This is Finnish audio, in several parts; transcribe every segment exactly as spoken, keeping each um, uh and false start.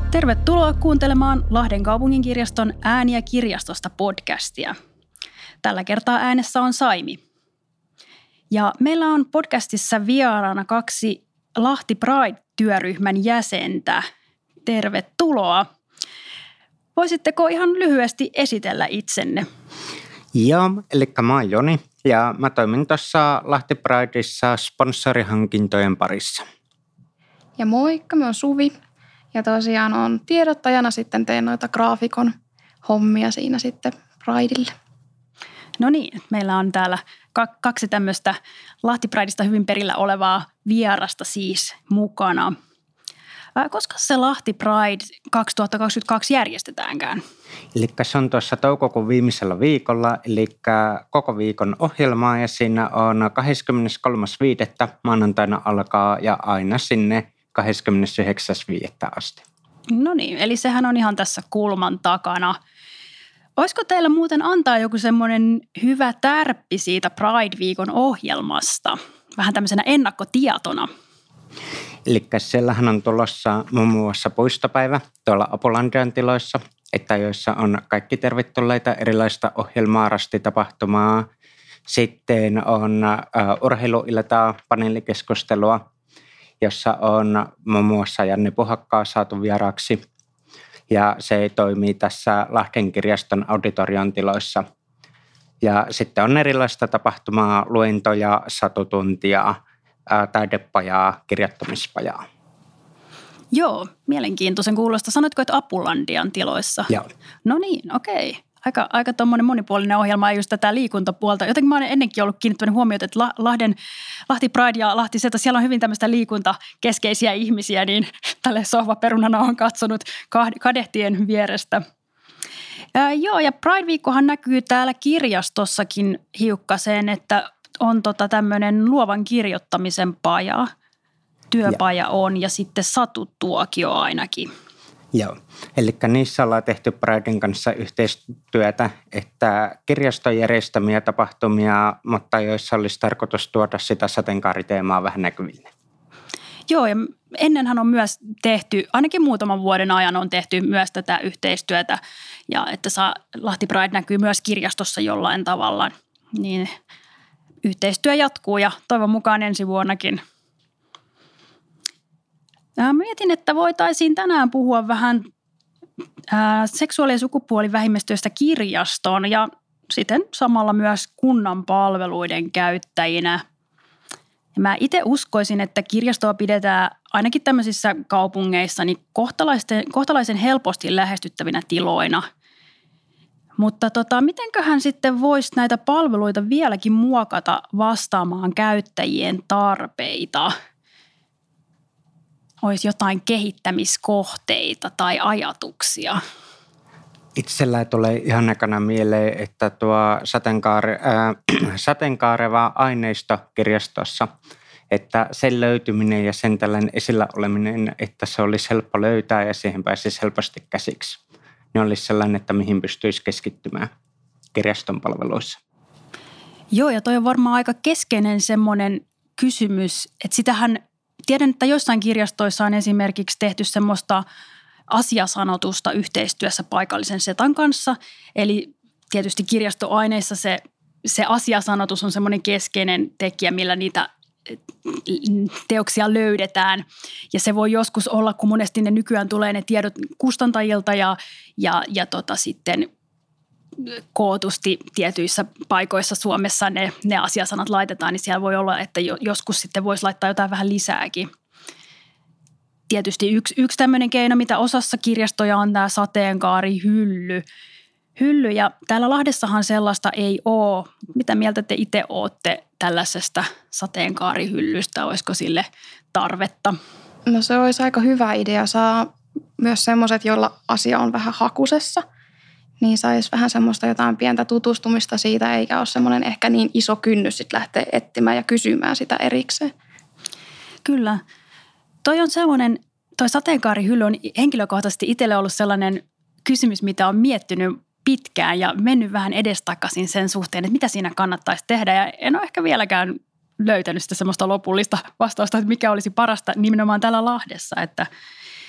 Tervetuloa kuuntelemaan Lahden kaupunginkirjaston Ääniä kirjastosta podcastia. Tällä kertaa äänessä on Saimi. Ja meillä on podcastissa vieraana kaksi Lahti Pride-työryhmän jäsentä. Tervetuloa. Voisitteko ihan lyhyesti esitellä itsenne? Joo, eli mä oon Joni ja mä toimin tuossa Lahti Prideissa sponssorihankintojen parissa. Ja moikka, mä oon Suvi ja tosiaan on tiedottajana sitten teen noita graafikon hommia siinä sitten Pridelle. No niin, meillä on täällä kaksi tämmöistä Lahti Prideista hyvin perillä olevaa vierasta siis mukana. Koska se Lahti Pride kaksituhattakaksikymmentäkaksi järjestetäänkään? Eli se on tuossa toukokuun viimeisellä viikolla, eli koko viikon ohjelmaa ja siinä on kahdeskymmeneskolmas viidettä maanantaina alkaa ja aina sinne kahdeskymmenesyhdeksäs viidettä asti. No niin, eli sehän on ihan tässä kulman takana. Olisiko teillä muuten antaa joku semmoinen hyvä tärppi siitä Pride-viikon ohjelmasta? Vähän tämmöisenä ennakkotietona. Eli siellähän on tulossa muun muassa puistopäivä tuolla Apolandian tiloissa, että joissa on kaikki tervetulleita erilaista ohjelmaa, rastitapahtumaa. Sitten on uh, urheiluiltaa, paneelikeskustelua, jossa on muun muassa Janne Puhakkaa saatu vieraaksi. Ja se toimii tässä Lahden kirjaston auditorion tiloissa. Ja sitten on erilaista tapahtumaa, luentoja, satutuntia, taidepajaa, kirjoittamispajaa. Joo, mielenkiintoisen kuulosta. Sanoitko, että Apolandian tiloissa? Joo. No niin, okei. Aika, aika tuommoinen monipuolinen ohjelma ja just tätä liikuntapuolta. Jotenkin mä olen ennenkin ollut kiinnittänyt huomiota, että Lahden, Lahti Pride ja Lahti Zeta, siellä on hyvin tämmöistä liikuntakeskeisiä ihmisiä, niin tälle sohvaperunana on katsonut kadehtien vierestä. Ää, joo, ja Pride-viikkohan näkyy täällä kirjastossakin hiukkaseen, että on tota tämmöinen luovan kirjoittamisen paja, työpaja on ja sitten satutuokio ainakin. Joo, eli niissä ollaan tehty Priden kanssa yhteistyötä, että kirjaston järjestämiä tapahtumia, mutta joissa olisi tarkoitus tuoda sitä sateenkaariteemaa vähän näkyville. Joo, ja ennenhän on myös tehty, ainakin muutaman vuoden ajan on tehty myös tätä yhteistyötä ja että saa, Lahti Pride näkyy myös kirjastossa jollain tavalla, niin yhteistyö jatkuu ja toivon mukaan ensi vuonnakin. Mietin, että voitaisiin tänään puhua vähän seksuaali- ja sukupuolivähemmistöistä kirjaston ja siten samalla myös kunnan palveluiden käyttäjinä. Ja mä itse uskoisin, että kirjastoa pidetään ainakin tämmöisissä kaupungeissa niin kohtalaisen helposti lähestyttävinä tiloina. Mutta tota, mitenköhän sitten voisi näitä palveluita vieläkin muokata vastaamaan käyttäjien tarpeita? Olisi jotain kehittämiskohteita tai ajatuksia? Itsellä tulee ihan ekana mieleen, että tuo sateenkaare, äh, sateenkaareva aineisto kirjastossa, että sen löytyminen ja sen tällainen esillä oleminen, että se olisi helppo löytää ja siihen pääsisi helposti käsiksi. Ne olisi sellainen, että mihin pystyisi keskittymään kirjaston palveluissa. Joo, ja toi on varmaan aika keskeinen semmoinen kysymys, että sitähän tiedän, että joissain kirjastoissa on esimerkiksi tehty semmoista asiasanotusta yhteistyössä paikallisen setan kanssa. Eli tietysti kirjastoaineissa se, se asiasanotus on semmoinen keskeinen tekijä, millä niitä teoksia löydetään. Ja se voi joskus olla, kun monesti ne nykyään tulee ne tiedot kustantajilta ja, ja, ja tota sitten kootusti tietyissä paikoissa Suomessa ne, ne asiasanat laitetaan, niin siellä voi olla, että joskus sitten voisi laittaa jotain vähän lisääkin. Tietysti yksi, yksi tämmöinen keino, mitä osassa kirjastoja on tämä sateenkaarihylly. Hylly, ja täällä Lahdessahan sellaista ei ole. Mitä mieltä te itse olette tällaisesta sateenkaarihyllystä? Olisiko sille tarvetta? No se olisi aika hyvä idea. Saa myös semmoiset, joilla asia on vähän hakusessa. Niin saisi vähän semmoista jotain pientä tutustumista siitä, eikä ole semmoinen ehkä niin iso kynnys sitten lähteä etsimään ja kysymään sitä erikseen. Kyllä. Toi on semmoinen, toi sateenkaarihylly on henkilökohtaisesti itselle ollut sellainen kysymys, mitä on miettinyt pitkään ja mennyt vähän edestakaisin sen suhteen, että mitä siinä kannattaisi tehdä. Ja en ole ehkä vieläkään löytänyt sitä semmoista lopullista vastausta, että mikä olisi parasta nimenomaan täällä Lahdessa, että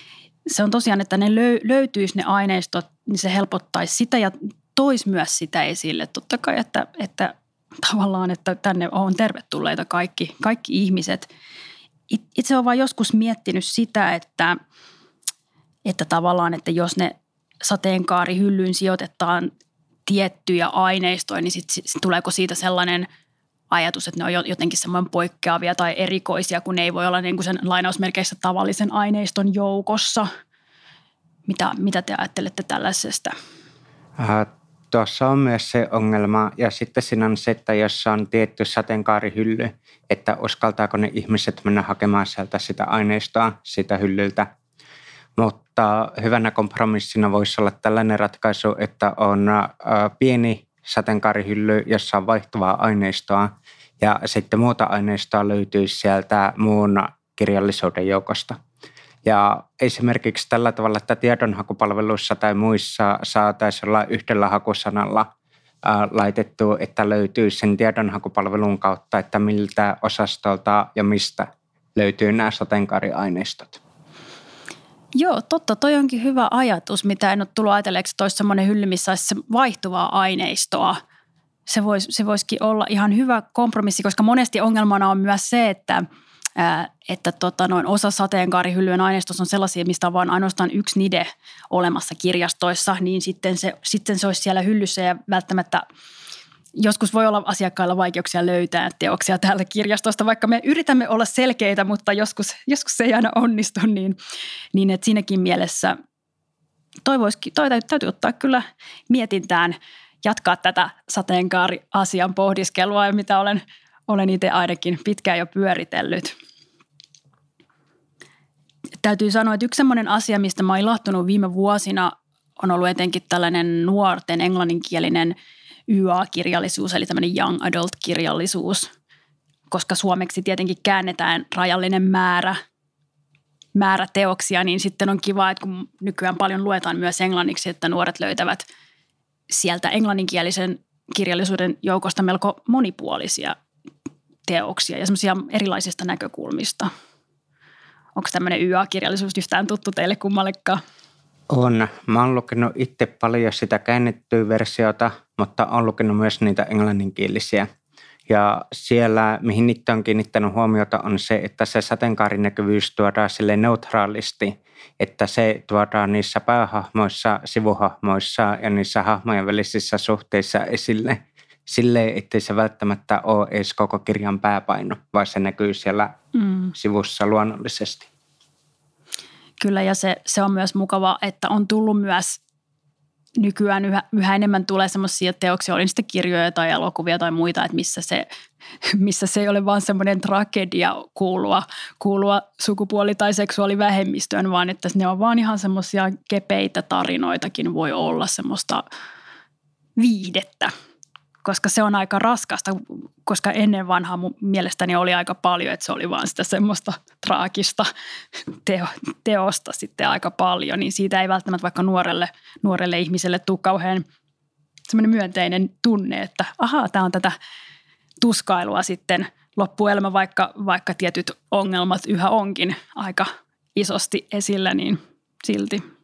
se on tosiaan, että ne löy- löytyisi ne aineistot, niin se helpottaisi sitä ja toisi myös sitä esille. Totta kai, että, että tavallaan, että tänne on tervetulleita kaikki, kaikki ihmiset. Itse olen vaan joskus miettinyt sitä, että, että tavallaan, että jos ne sateenkaarihyllyyn sijoitetaan tiettyjä aineistoja, niin sitten sit tuleeko siitä sellainen ajatus, että ne on jotenkin semmoinen poikkeavia tai erikoisia, kun ne ei voi olla niin kuin sen lainausmerkeissä tavallisen aineiston joukossa. Mitä, mitä te ajattelette tällaisesta? Äh, tuossa on myös se ongelma ja sitten siinä on se, että jos on tietty sateenkaarihylly, että uskaltaako ne ihmiset mennä hakemaan sieltä sitä aineistoa sitä hyllyltä. Mutta hyvänä kompromissina voisi olla tällainen ratkaisu, että on äh, pieni sateenkaarihylly, jossa on vaihtuvaa aineistoa ja sitten muuta aineistoa löytyy sieltä muun kirjallisuuden joukosta. Ja esimerkiksi tällä tavalla, että tiedonhakupalveluissa tai muissa saataisiin olla yhdellä hakusanalla ää, laitettu, että löytyy sen tiedonhakupalvelun kautta, että miltä osastolta ja mistä löytyy nämä sateenkaariaineistot. Joo, totta. Toi onkin hyvä ajatus, mitä en ole tullut ajatelleeksi, että olisi semmoinen hylly, missä olisi vaihtuvaa aineistoa. Se, vois, se voisikin olla ihan hyvä kompromissi, koska monesti ongelmana on myös se, että, ää, että tota, noin osa sateenkaarihyllyjen aineistossa on sellaisia, mistä on vain ainoastaan yksi nide olemassa kirjastoissa, niin sitten se, sitten se olisi siellä hyllyssä ja välttämättä joskus voi olla asiakkailla vaikeuksia löytää teoksia täältä kirjastosta, vaikka me yritämme olla selkeitä, mutta joskus, joskus se ei aina onnistu, niin, niin että siinäkin mielessä toi, voisi, toi täytyy ottaa kyllä mietintään, jatkaa tätä sateenkaariasian pohdiskelua, mitä olen, olen itse ainakin pitkään jo pyöritellyt. Täytyy sanoa, että yksi sellainen asia, mistä mä oon ilahtunut viime vuosina, on ollut etenkin tällainen nuorten englanninkielinen Y A-kirjallisuus, eli tämmöinen young adult-kirjallisuus, koska suomeksi tietenkin käännetään rajallinen määrä, määrä teoksia, niin sitten on kiva, että kun nykyään paljon luetaan myös englanniksi, että nuoret löytävät sieltä englanninkielisen kirjallisuuden joukosta melko monipuolisia teoksia ja semmoisia erilaisista näkökulmista. Onko tämmöinen Y A-kirjallisuus yhtään tuttu teille kummallekaan? On. Mä oon lukenut itse paljon sitä käännettyä versiota, mutta oon lukenut myös niitä englanninkielisiä. Ja siellä, mihin itse on kiinnittänyt huomiota, on se, että se sateenkaarinäkyvyys tuodaan sille neutraalisti, että se tuodaan niissä päähahmoissa, sivuhahmoissa ja niissä hahmojen välisissä suhteissa esille silleen, ettei se välttämättä ole edes koko kirjan pääpaino, vaan se näkyy siellä mm. sivussa luonnollisesti. Kyllä, ja se, se on myös mukava, että on tullut myös nykyään yhä, yhä enemmän tulee semmoisia teoksia, oli sitten kirjoja tai elokuvia tai muita, että missä se, missä se ei ole vaan semmoinen tragedia kuulua, kuulua sukupuoli- tai seksuaalivähemmistöön, vaan että ne on vaan ihan semmoisia kepeitä tarinoitakin voi olla semmoista viihdettä. Koska se on aika raskasta, koska ennen vanhaa mun mielestäni oli aika paljon, että se oli vaan sitä semmoista traagista teo, teosta sitten aika paljon, niin siitä ei välttämättä vaikka nuorelle, nuorelle ihmiselle tule kauhean semmoinen myönteinen tunne, että ahaa, tämä on tätä tuskailua sitten loppuelämä, vaikka, vaikka tietyt ongelmat yhä onkin aika isosti esillä, niin silti.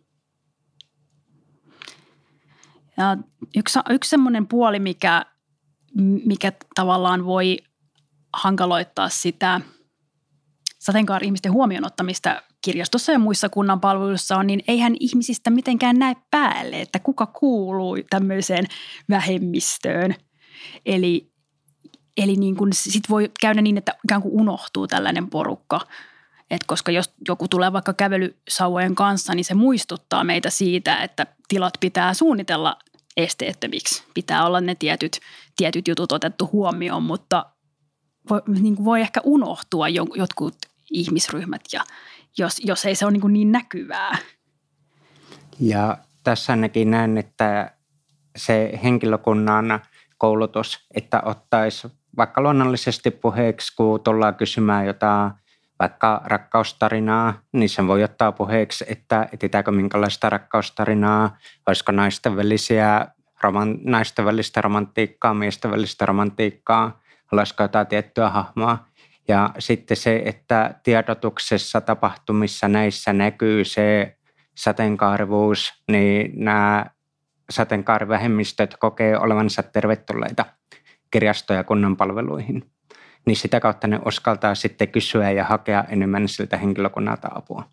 Ja yksi, yksi semmoinen puoli, mikä, mikä tavallaan voi hankaloittaa sitä sateenkaari-ihmisten huomioon ottamista kirjastossa ja muissa kunnan palveluissa on, niin eihän ihmisistä mitenkään näe päälle, että kuka kuuluu tämmöiseen vähemmistöön. Eli, eli niin kuin sit voi käydä niin, että ikään kuin unohtuu tällainen porukka. Et koska jos joku tulee vaikka kävelysauvojen kanssa, niin se muistuttaa meitä siitä, että tilat pitää suunnitella esteettömiksi. Pitää olla ne tietyt, tietyt jutut otettu huomioon, mutta voi, niin kuin voi ehkä unohtua jotkut ihmisryhmät, ja jos, jos ei se ole niin, kuin niin näkyvää. Ja tässä ainakin näen, että se henkilökunnan koulutus, että ottaisi vaikka luonnollisesti puheeksi, kun tullaan kysymään jotain vaikka rakkaustarinaa, niin sen voi ottaa puheeksi, että etsitäänkö minkälaista rakkaustarinaa, olisiko naisten välisiä, roman, naisten välistä romantiikkaa, miesten välistä romantiikkaa, olisiko jotain tiettyä hahmoa. Ja sitten se, että tiedotuksessa, tapahtumissa näissä näkyy se sateenkaarivuus, niin nämä sateenkaarivähemmistöt kokee olevansa tervetulleita kirjasto- ja kunnan palveluihin. Niin sitä kautta ne uskaltaa sitten kysyä ja hakea enemmän siltä henkilökunnalta apua.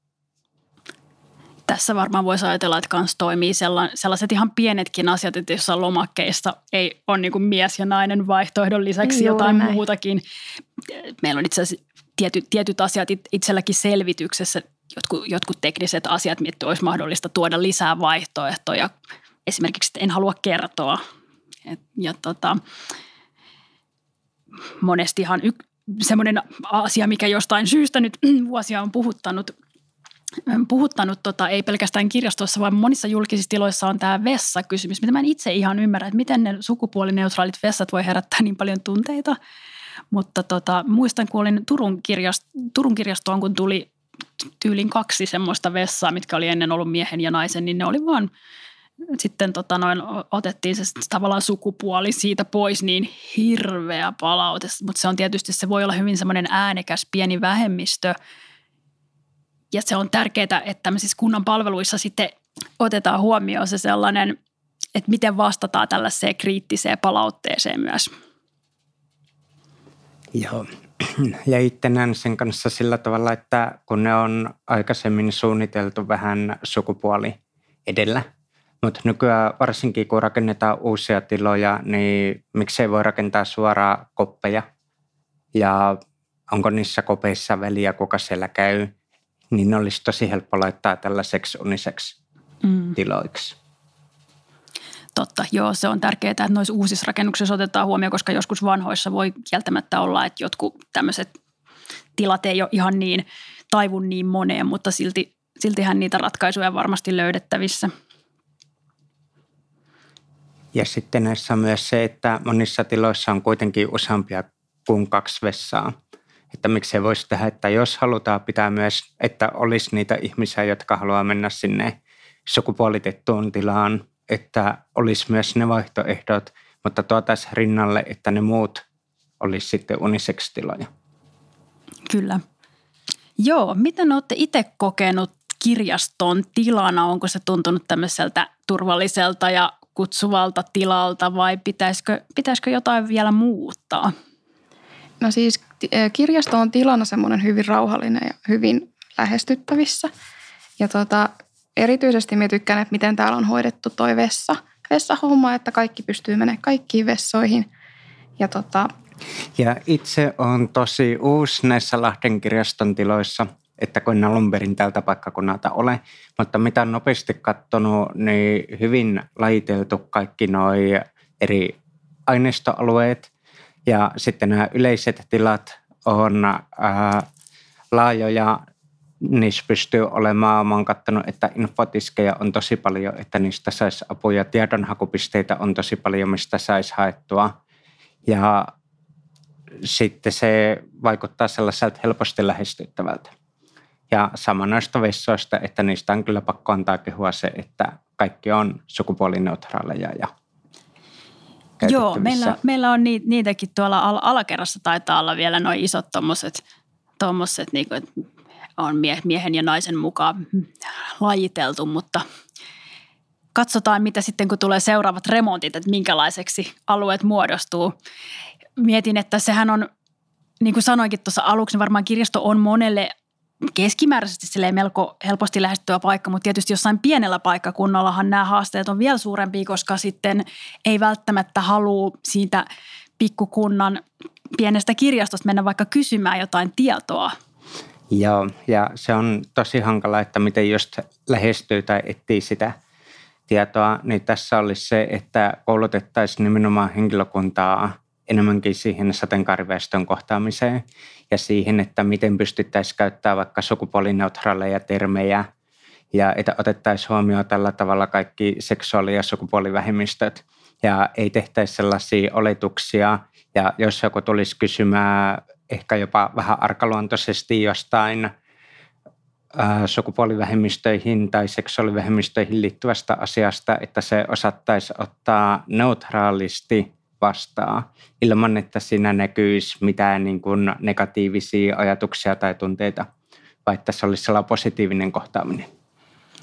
Tässä varmaan voisi ajatella, että kans toimii sellaiset ihan pienetkin asiat, että jossain lomakkeissa ei ole niin kuin mies ja nainen vaihtoehdon lisäksi Juuri jotain näin. Muutakin. Meillä on itse asiassa tiety, tietyt asiat itselläkin selvityksessä, jotkut, jotkut tekniset asiat, että olisi mahdollista tuoda lisää vaihtoehtoja. Esimerkiksi, että en halua kertoa. Et, ja tota, monestihan y- semmoinen asia, mikä jostain syystä nyt vuosia on puhuttanut, puhuttanut tota, ei pelkästään kirjastoissa, vaan monissa julkisissa tiloissa on tämä vessakysymys, mitä mä en itse ihan ymmärrä, että miten ne sukupuolineutraalit vessat voi herättää niin paljon tunteita. Mutta tota, muistan, kun olin Turun, kirjast- Turun kirjastoon, kun tuli tyylin kaksi semmoista vessaa, mitkä oli ennen ollut miehen ja naisen, niin ne oli vaan sitten tota noin, otettiin se tavallaan sukupuoli siitä pois, niin hirveä palaute. Mutta se on tietysti, se voi olla hyvin semmoinen äänekäs pieni vähemmistö. Ja se on tärkeää, että tämmöisissä kunnan palveluissa sitten otetaan huomioon se sellainen, että miten vastataan tällaiseen kriittiseen palautteeseen myös. Joo, ja itse näen sen kanssa sillä tavalla, että kun ne on aikaisemmin suunniteltu vähän sukupuoli edellä, mutta nykyään varsinkin kun rakennetaan uusia tiloja, niin miksei voi rakentaa suoraan koppeja ja onko niissä kopeissa väliä, kuka siellä käy, niin ne olisi tosi helppo laittaa tällaiseksi uniseksi mm. tiloiksi. Totta, joo, se on tärkeää, että noissa uusissa rakennuksissa otetaan huomioon, koska joskus vanhoissa voi kieltämättä olla, että jotkut tämmöiset tilat ei ole ihan niin taivun niin moneen, mutta silti, siltihän niitä ratkaisuja varmasti löydettävissä. Ja sitten näissä on myös se, että monissa tiloissa on kuitenkin useampia kuin kaksi vessaa. Että miksei voisi tehdä, että jos halutaan pitää myös, että olisi niitä ihmisiä, jotka haluaa mennä sinne sukupuolitettuun tilaan, että olisi myös ne vaihtoehdot, mutta tuotaisiin rinnalle, että ne muut olisi sitten unisex-tiloja. Kyllä. Joo, miten olette itse kokenut kirjaston tilana? Onko se tuntunut tämmöiseltä turvalliselta ja kutsuvalta tilalta vai pitäisikö, pitäisikö jotain vielä muuttaa? No siis kirjasto on tilana semmoinen hyvin rauhallinen ja hyvin lähestyttävissä. Ja tota, erityisesti minä tykkään, että miten täällä on hoidettu toi vessa, vessahomma, että kaikki pystyy menemään kaikkiin vessoihin. Ja, tota... ja itse on tosi uusi näissä Lahden kirjaston tiloissa, että kun en alun perin tältä paikkakunnalta ole, mutta mitä on nopeasti katsonut, niin hyvin lajiteltu kaikki nuo eri aineistoalueet. Ja sitten nämä yleiset tilat on ää, laajoja, niissä pystyy olemaan, mä oon katsonut, että infotiskeja on tosi paljon, että niistä saisi apuja. Tiedonhakupisteitä on tosi paljon, mistä saisi haettua. Ja sitten se vaikuttaa sellaiselta helposti lähestyttävältä. Ja sama noista vessoista, että niistä on kyllä pakko antaa kehua se, että kaikki on sukupuolineutraaleja ja Joo, meillä, meillä on niitäkin tuolla al- alakerrassa taitaa olla vielä nuo isot tommoset, tommoset niin kuin, on mie- miehen ja naisen mukaan lajiteltu, mutta katsotaan mitä sitten kun tulee seuraavat remontit, että minkälaiseksi alueet muodostuu. Mietin, että sehän on, niin kuin sanoinkin tuossa aluksi, niin varmaan kirjasto on monelle keskimääräisesti silleen melko helposti lähestyttävä paikka, mutta tietysti jossain pienellä paikkakunnallahan nämä haasteet on vielä suurempia, koska sitten ei välttämättä halua siitä pikkukunnan pienestä kirjastosta mennä vaikka kysymään jotain tietoa. Joo, ja se on tosi hankala, että miten just lähestyy tai etsii sitä tietoa, niin tässä olisi se, että koulutettaisiin nimenomaan henkilökuntaa enemmänkin siihen sateenkaariväestön kohtaamiseen ja siihen, että miten pystyttäisiin käyttämään vaikka sukupuolineutraaleja termejä ja että otettaisiin huomioon tällä tavalla kaikki seksuaali- ja sukupuolivähemmistöt ja ei tehtäisi sellaisia oletuksia ja jos joku tulisi kysymään ehkä jopa vähän arkaluontoisesti jostain ää, sukupuolivähemmistöihin tai seksuaalivähemmistöihin liittyvästä asiasta, että se osattaisi ottaa neutraalisti vastaan ilman, että siinä näkyisi mitään niin kuin negatiivisia ajatuksia tai tunteita, vai että se olisi sellainen positiivinen kohtaaminen.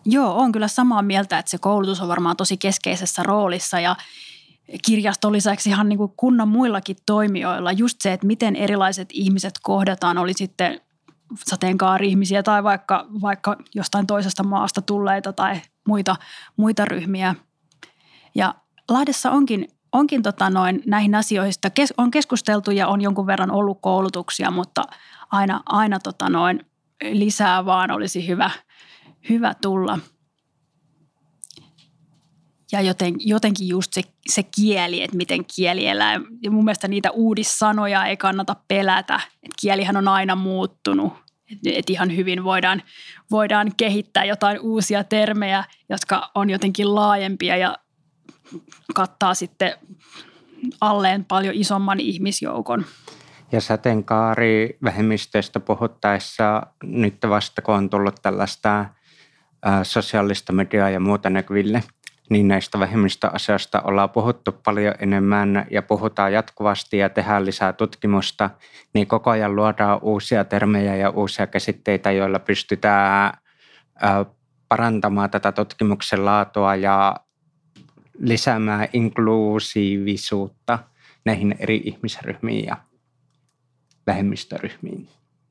Joo, on kyllä samaa mieltä, että se koulutus on varmaan tosi keskeisessä roolissa ja kirjaston lisäksi ihan niin kuin kunnan muillakin toimijoilla. Just se, että miten erilaiset ihmiset kohdataan, oli sitten sateenkaari-ihmisiä tai vaikka, vaikka jostain toisesta maasta tulleita tai muita, muita ryhmiä. Ja Lahdessa onkin, onkin tota noin, näihin asioista kes, on keskusteltu ja on jonkun verran ollut koulutuksia, mutta aina, aina tota noin, lisää vaan olisi hyvä, hyvä tulla. Ja joten, jotenkin just se, se kieli, että miten kieli elää. Ja mun mielestä niitä uudissanoja ei kannata pelätä. Et kielihän on aina muuttunut. Että et ihan hyvin voidaan, voidaan kehittää jotain uusia termejä, jotka on jotenkin laajempia ja kattaa sitten alleen paljon isomman ihmisjoukon. Ja sateenkaarivähemmistöistä puhuttaessa nyt vasta kun on tullut tällaista ää, sosiaalista mediaa ja muuta näkyville, niin näistä vähemmistöasioista ollaan puhuttu paljon enemmän ja puhutaan jatkuvasti ja tehdään lisää tutkimusta, niin koko ajan luodaan uusia termejä ja uusia käsitteitä, joilla pystytään ää, parantamaan tätä tutkimuksen laatua ja lisäämään inklusiivisuutta näihin eri ihmisryhmiin ja vähemmistöryhmiin.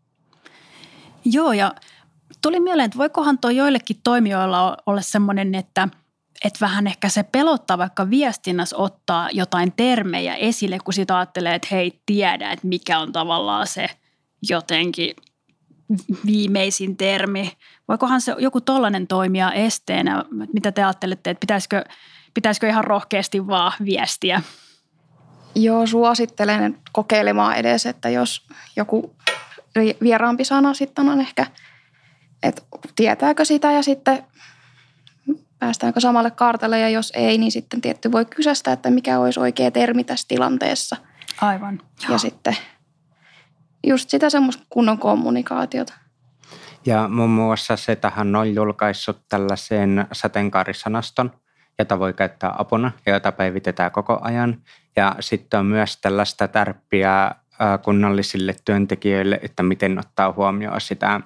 Joo, ja tuli mieleen, että voikohan tuo joillekin toimijoilla olla semmoinen, että, että vähän ehkä se pelottaa vaikka viestinnässä ottaa jotain termejä esille, kun sitä ajattelee, että hei, tiedä, että mikä on tavallaan se jotenkin viimeisin termi. Voikohan se joku tollainen toimia esteenä? Mitä te ajattelette, että pitäisikö, pitäisikö ihan rohkeasti vaan viestiä? Joo, suosittelen kokeilemaan edes, että jos joku vieraampi sana sitten on ehkä, että tietääkö sitä ja sitten päästäänkö samalle kartalle ja jos ei, niin sitten tietty voi kysästä, että mikä olisi oikea termi tässä tilanteessa. Aivan. Ja Joo. sitten just sitä semmoista kunnon kommunikaatiota. Ja muun muassa se tähän on julkaissut tällaisen sateenkaarisanaston, jota voi käyttää apuna ja jota päivitetään koko ajan. Ja sitten on myös tällaista tärppiä kunnallisille työntekijöille, että miten ottaa huomioon sitä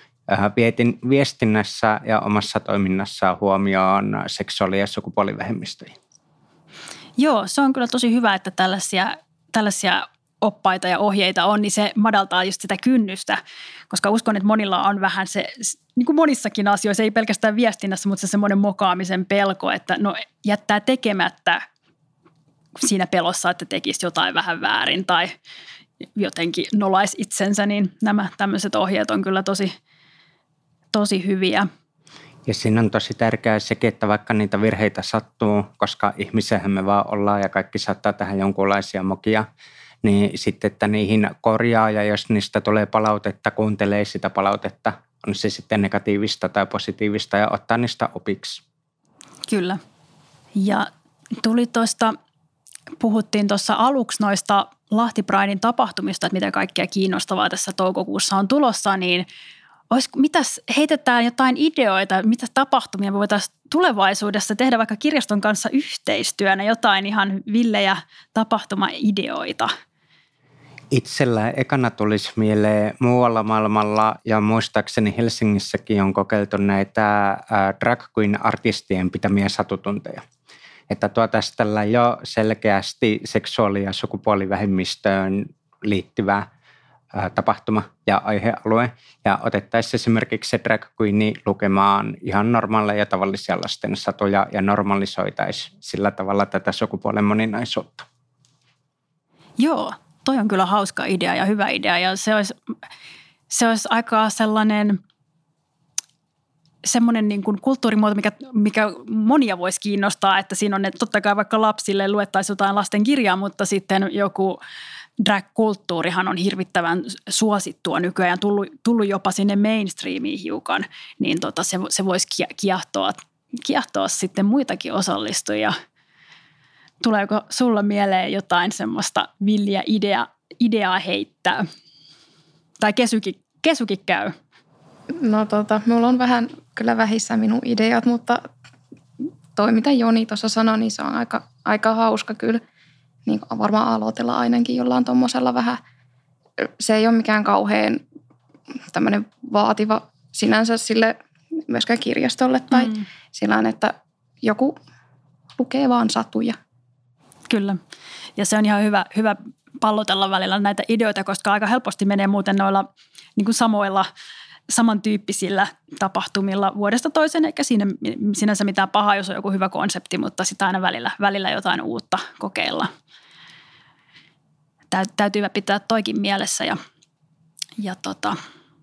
viestinnässä ja omassa toiminnassaan huomioon seksuaali- ja sukupuolivähemmistöjä. Joo, se on kyllä tosi hyvä, että tällaisia, tällaisia oppaita ja ohjeita on, niin se madaltaa just sitä kynnystä, koska uskon, että monilla on vähän se, niin kuin monissakin asioissa, ei pelkästään viestinnässä, mutta se semmoinen mokaamisen pelko, että no jättää tekemättä siinä pelossa, että tekisi jotain vähän väärin tai jotenkin nolaisi itsensä, niin nämä tämmöiset ohjeet on kyllä tosi, tosi hyviä. Ja siinä on tosi tärkeää sekin, että vaikka niitä virheitä sattuu, koska ihmisiähän me vaan ollaan ja kaikki saattaa tehdä jonkunlaisia mokia, niin sitten, että niihin korjaa ja jos niistä tulee palautetta, kuuntelee sitä palautetta, on se sitten negatiivista tai positiivista ja ottaa niistä opiksi. Kyllä. Ja tuli tuosta, puhuttiin tuossa aluksi noista Lahti Pridein tapahtumista, että mitä kaikkea kiinnostavaa tässä toukokuussa on tulossa, niin olisiko, mitäs, heitetään jotain ideoita, mitä tapahtumia voitaisiin tulevaisuudessa tehdä vaikka kirjaston kanssa yhteistyönä, jotain ihan villejä tapahtuma-ideoita? Itsellä ekana tulisi mieleen muualla maailmalla ja muistaakseni Helsingissäkin on kokeiltu näitä drag queen-artistien pitämiä satutunteja. Että tuotaisiin tällä jo selkeästi seksuaali- ja sukupuolivähemmistöön liittyvä tapahtuma ja aihealue. Ja otettaisiin esimerkiksi se drag queeni lukemaan ihan normaaleja ja tavallisia lasten satuja ja normalisoitaisiin sillä tavalla tätä sukupuolen moninaisuutta. Joo, toi on kyllä hauska idea ja hyvä idea ja se olisi, se olisi aika sellainen semmoinen niin kuin kulttuurimuoto, mikä, mikä monia voisi kiinnostaa, että siinä on, että totta kai vaikka lapsille luettaisiin jotain lasten kirjaa, mutta sitten joku drag-kulttuurihan on hirvittävän suosittua nykyään, tullut, tullut jopa sinne mainstreamiin hiukan, niin tota se, se voisi kiehtoa, kiehtoa sitten muitakin osallistujia. Tuleeko sulla mieleen jotain semmoista villiä idea, ideaa heittää? Tai kesukin, kesukin käy? No tota, mulla on vähän kyllä vähissä minun ideat, mutta toi mitä Joni tuossa sanoi, niin se on aika, aika hauska kyllä. Niin varmaan aloitella ainakin jollain tuommoisella vähän, se ei ole mikään kauhean tämmöinen vaativa sinänsä sille myöskään kirjastolle tai mm. sillä että joku lukee vaan satuja. Kyllä. Ja se on ihan hyvä, hyvä pallotella välillä näitä ideoita, koska aika helposti menee muuten noilla niin kuin samoilla, samantyyppisillä tapahtumilla vuodesta toiseen, eikä siinä sinänsä mitään pahaa, jos on joku hyvä konsepti, mutta sitä aina välillä, välillä jotain uutta kokeilla. Täytyy pitää toikin mielessä ja, ja tota,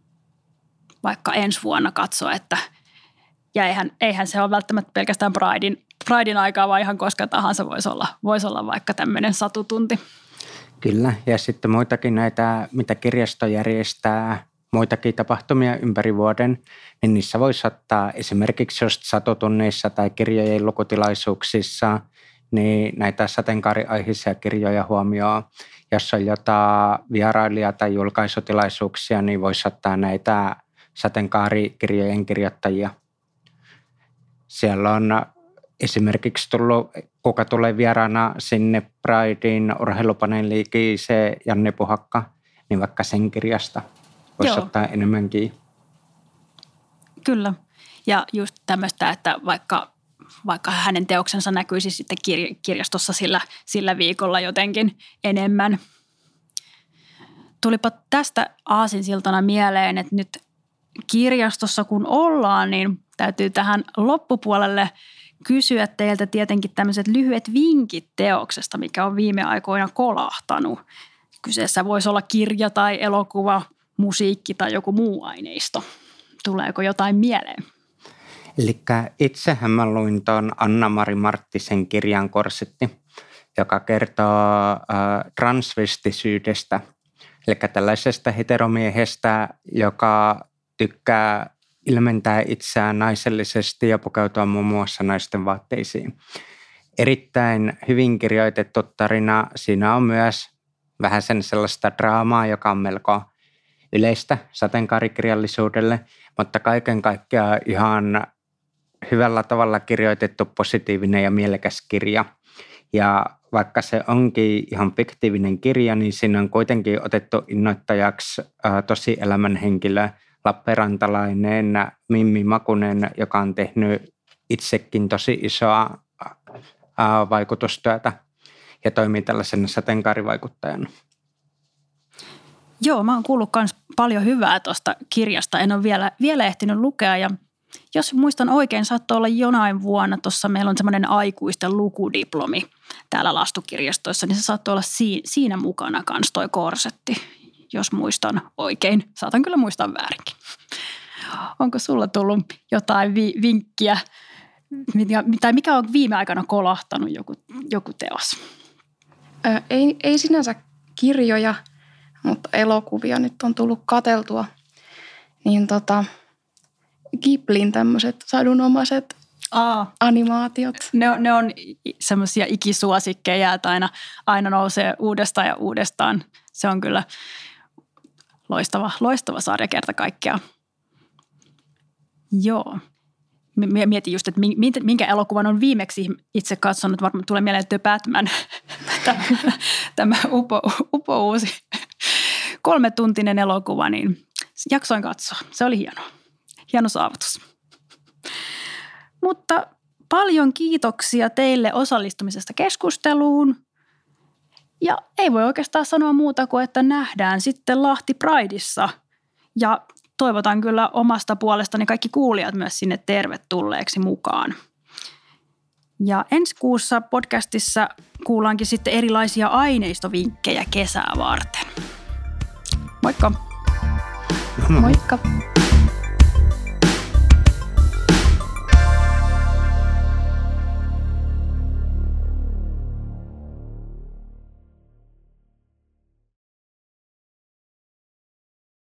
vaikka ensi vuonna katsoa, että ja eihän, eihän se ole välttämättä pelkästään Pridein, Pridein aikaa, vaan ihan koska tahansa voisi olla, voisi olla vaikka tämmöinen satutunti. Kyllä, ja sitten muitakin näitä, mitä kirjasto järjestää, muitakin tapahtumia ympäri vuoden, niin niissä voisi ottaa esimerkiksi just satutunneissa tai kirjojen lukutilaisuuksissa niin näitä sateenkaariaiheisia kirjoja huomioon. Jos on jotain vierailijaa tai julkaisutilaisuuksia, niin voisi ottaa näitä sateenkaarikirjojen kirjoittajia. Siellä on esimerkiksi tullut, kuka tulee vieraana sinne Pridein urheilupaneeliin, se Janne Puhakka, niin vaikka sen kirjasta voisi Joo. ottaa enemmänkin. Kyllä. Ja just tämmöistä, että vaikka, vaikka hänen teoksensa näkyisi sitten kirjastossa sillä, sillä viikolla jotenkin enemmän. Tulipa tästä aasinsiltana mieleen, että nyt kirjastossa kun ollaan, niin täytyy tähän loppupuolelle kysyä teiltä tietenkin tämmöiset lyhyet vinkit teoksesta, mikä on viime aikoina kolahtanut. Kyseessä voisi olla kirja tai elokuva, musiikki tai joku muu aineisto. Tuleeko jotain mieleen? Eli itsehän mä luin tuon Anna-Mari Marttisen kirjan Korsetti, joka kertoo äh, transvestisyydestä. Eli tällaisesta heteromiehestä, joka tykkää ilmentää itseään naisellisesti ja pukeutua muun muassa naisten vaatteisiin. Erittäin hyvin kirjoitettu tarina. Siinä on myös vähän sen sellaista draamaa, joka on melko yleistä sateenkaarikirjallisuudelle, mutta kaiken kaikkiaan ihan hyvällä tavalla kirjoitettu positiivinen ja mielekäs kirja. Ja vaikka se onkin ihan fiktiivinen kirja, niin siinä on kuitenkin otettu innoittajaksi ää, tosi elämän henkilö, lappeenrantalainen Mimmi Makunen, joka on tehnyt itsekin tosi isoa ää, vaikutustyötä ja toimii tällaisena sateenkaarivaikuttajana. Joo, mä oon kuullut myös paljon hyvää tuosta kirjasta. En ole vielä, vielä ehtinyt lukea ja jos muistan oikein, saattoi olla jonain vuonna, tuossa meillä on semmoinen aikuisten lukudiplomi täällä lastukirjastoissa, niin se saattoi olla si- siinä mukana kanssa toi Korsetti, jos muistan oikein. Saatan kyllä muistaa väärinkin. Onko sulla tullut jotain vi- vinkkiä, tai mikä on viime aikana kolahtanut joku, joku teos? Ö, ei, ei sinänsä kirjoja, mutta elokuvia nyt on tullut katseltua. Niin tota, Ghiblin tämmöiset sadunomaiset Aa. animaatiot. Ne on, ne on semmoisia ikisuosikkeja, että aina, aina nousee uudestaan ja uudestaan. Se on kyllä loistava, loistava sarja kerta kaikkiaan. Joo. Mietin just, että minkä elokuvan on viimeksi itse katsonut. Varmaan tulee mieleen The Batman, tämä, tämä upo, upo uusi kolmetuntinen elokuva, niin jaksoin katsoa. Se oli hieno. Hieno saavutus. Mutta paljon kiitoksia teille osallistumisesta keskusteluun. Ja ei voi oikeastaan sanoa muuta kuin, että nähdään sitten Lahti Prideissa. Ja toivotan kyllä omasta puolestani kaikki kuulijat myös sinne tervetulleeksi mukaan. Ja ensi kuussa podcastissa kuullaankin sitten erilaisia aineistovinkkejä kesää varten. Moikka! Moikka!